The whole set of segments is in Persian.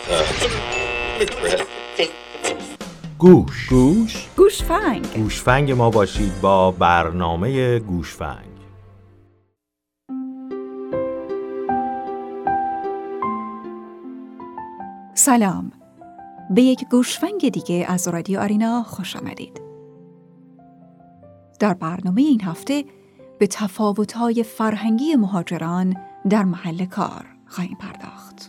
گوشفنگ ما باشید با برنامه گوشفنگ. سلام، به یک گوشفنگ دیگه از رادیو آرینا خوش آمدید. در برنامه این هفته به تفاوت‌های فرهنگی مهاجران در محل کار خواهیم پرداخت.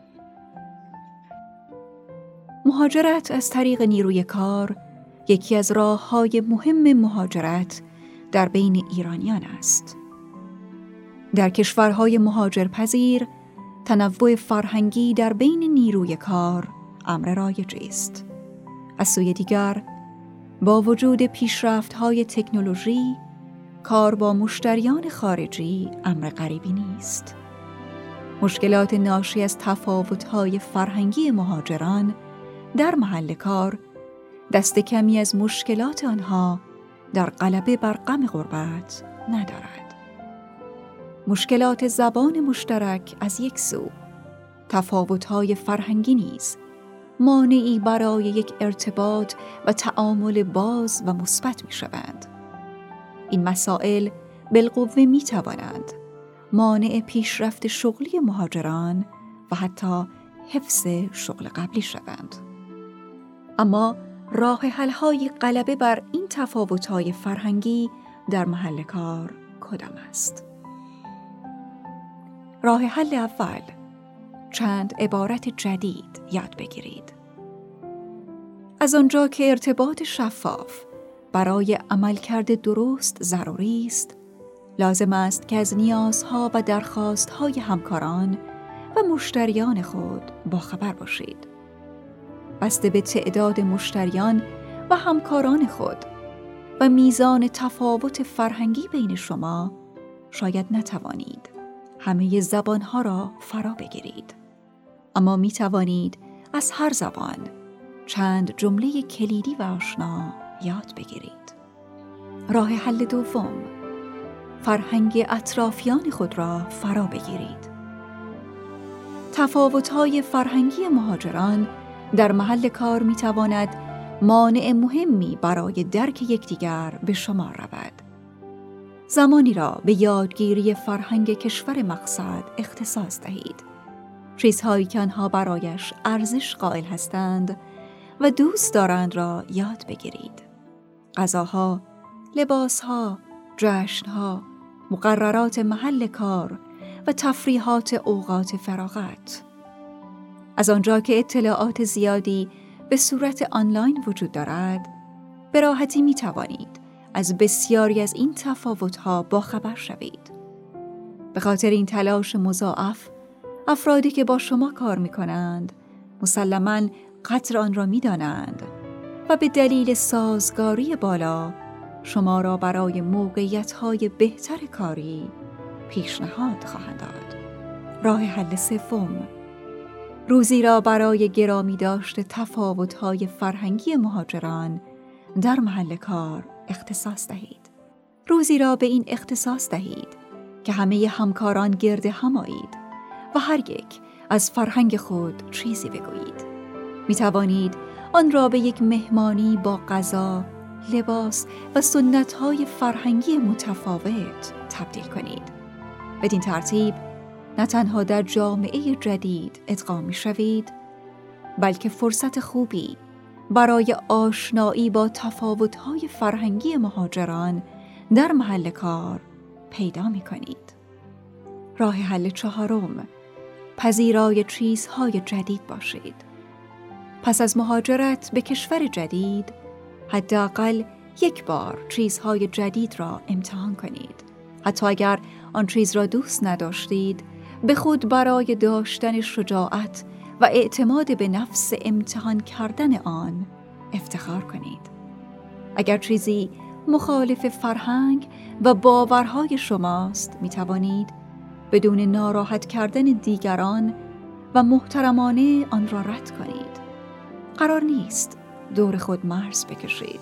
مهاجرت از طریق نیروی کار یکی از راه‌های مهم مهاجرت در بین ایرانیان است. در کشورهای مهاجرپذیر تنوع فرهنگی در بین نیروی کار امر رایجی است. از سوی دیگر با وجود پیشرفت‌های تکنولوژی، کار با مشتریان خارجی امر غریبی نیست. مشکلات ناشی از تفاوت‌های فرهنگی مهاجران در محل کار دست کمی از مشکلات آنها در غلبه بر غم غربت ندارد. مشکلات زبان مشترک از یک سو، تفاوت‌های فرهنگی نیز مانعی برای یک ارتباط و تعامل باز و مثبت می‌شوند. این مسائل بالقوه می‌توانند مانع پیشرفت شغلی مهاجران و حتی حفظ شغل قبلی شوند. اما راه حل‌های غلبه بر این تفاوت‌های فرهنگی در محل کار کدام است؟ راه حل اول، چند عبارت جدید یاد بگیرید. از آنجا که ارتباط شفاف برای عملکرد درست ضروری است، لازم است که از نیازها و درخواست‌های همکاران و مشتریان خود باخبر باشید. بسته به تعداد مشتریان و همکاران خود و میزان تفاوت فرهنگی بین شما، شاید نتوانید همه زبانها را فرا بگیرید، اما می توانید از هر زبان چند جمله کلیدی و آشنا یاد بگیرید. راه حل دوم، فرهنگ اطرافیان خود را فرا بگیرید. تفاوت‌های فرهنگی مهاجران در محل کار می تواند مانع مهمی برای درک یکدیگر به شما رود. زمانی را به یادگیری فرهنگ کشور مقصد اختصاص دهید. چیزهایی که آنها برایش ارزش قائل هستند و دوست دارند را یاد بگیرید. غذاها، لباسها، جشنها، مقررات محل کار و تفریحات اوقات فراغت. از آنجا که اطلاعات زیادی به صورت آنلاین وجود دارد، به راحتی می توانید از بسیاری از این تفاوت‌ها باخبر شوید. به خاطر این تلاش مضاعف، افرادی که با شما کار می‌کنند مسلماً قدر آن را می‌دانند و به دلیل سازگاری بالا شما را برای موقعیت‌های بهتر کاری پیشنهاد خواهند داد. راه حل سوم، روزی را برای گرامی داشت تفاوت‌های فرهنگی مهاجران در محل کار اختصاص دهید. روزی را به این اختصاص دهید که همه همکاران گرد هم آیید و هر یک از فرهنگ خود چیزی بگویید. می توانید آن را به یک مهمانی با غذا، لباس و سنت‌های فرهنگی متفاوت تبدیل کنید. بدین ترتیب نه تنها در جامعه جدید ادغام می شوید، بلکه فرصت خوبی برای آشنایی با تفاوت‌های فرهنگی مهاجران در محل کار پیدا می کنید. راه حل چهارم، پذیرای چیزهای جدید باشید. پس از مهاجرت به کشور جدید، حداقل یک بار چیزهای جدید را امتحان کنید. حتی اگر آن چیز را دوست نداشتید، به خود برای داشتن شجاعت و اعتماد به نفس امتحان کردن آن افتخار کنید. اگر چیزی مخالف فرهنگ و باورهای شماست، می توانید بدون ناراحت کردن دیگران و محترمانه آن را رد کنید. قرار نیست دور خود مرز بکشید.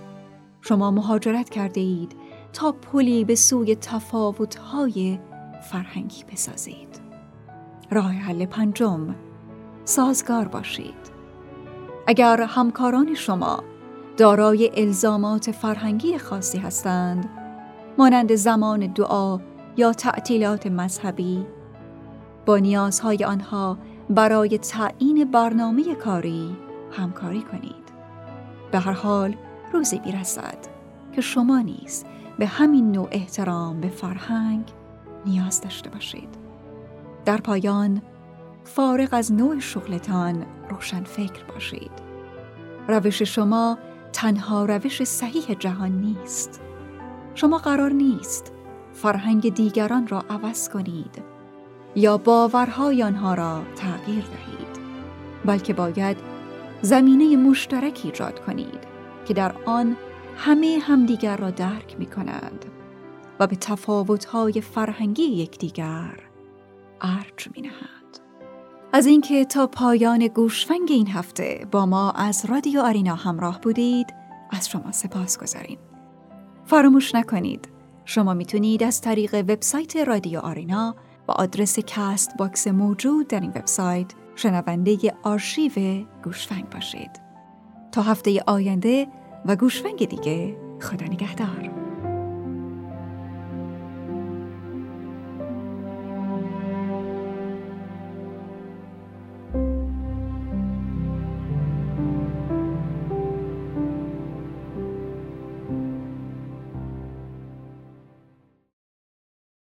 شما مهاجرت کرده اید تا پلی به سوی تفاوت‌های فرهنگی بسازید. راه حل پنجم، سازگار باشید. اگر همکاران شما دارای الزامات فرهنگی خاصی هستند، مانند زمان دعا یا تعطیلات مذهبی، با نیازهای آنها برای تعیین برنامه کاری همکاری کنید. به هر حال روزی میرسد که شما نیز به همین نوع احترام به فرهنگ نیاز داشته باشید. در پایان، فارغ از نوع شغلتان روشن فکر باشید. روش شما تنها روش صحیح جهان نیست. شما قرار نیست فرهنگ دیگران را عوض کنید یا باورهای آنها را تغییر دهید، بلکه باید زمینه مشترک ایجاد کنید که در آن همه همدیگر را درک می کنند و به تفاوت‌های فرهنگی یکدیگر ارج می نهند. از اینکه تا پایان گوشفنگ این هفته با ما از رادیو آرینا همراه بودید، از شما سپاسگزاریم. فراموش نکنید شما میتونید از طریق وبسایت رادیو آرینا با آدرس کست باکس موجود در این وبسایت شنونده آرشیو گوشفنگ باشید. تا هفته آینده و گوشفنگ دیگه، خدا نگهدار.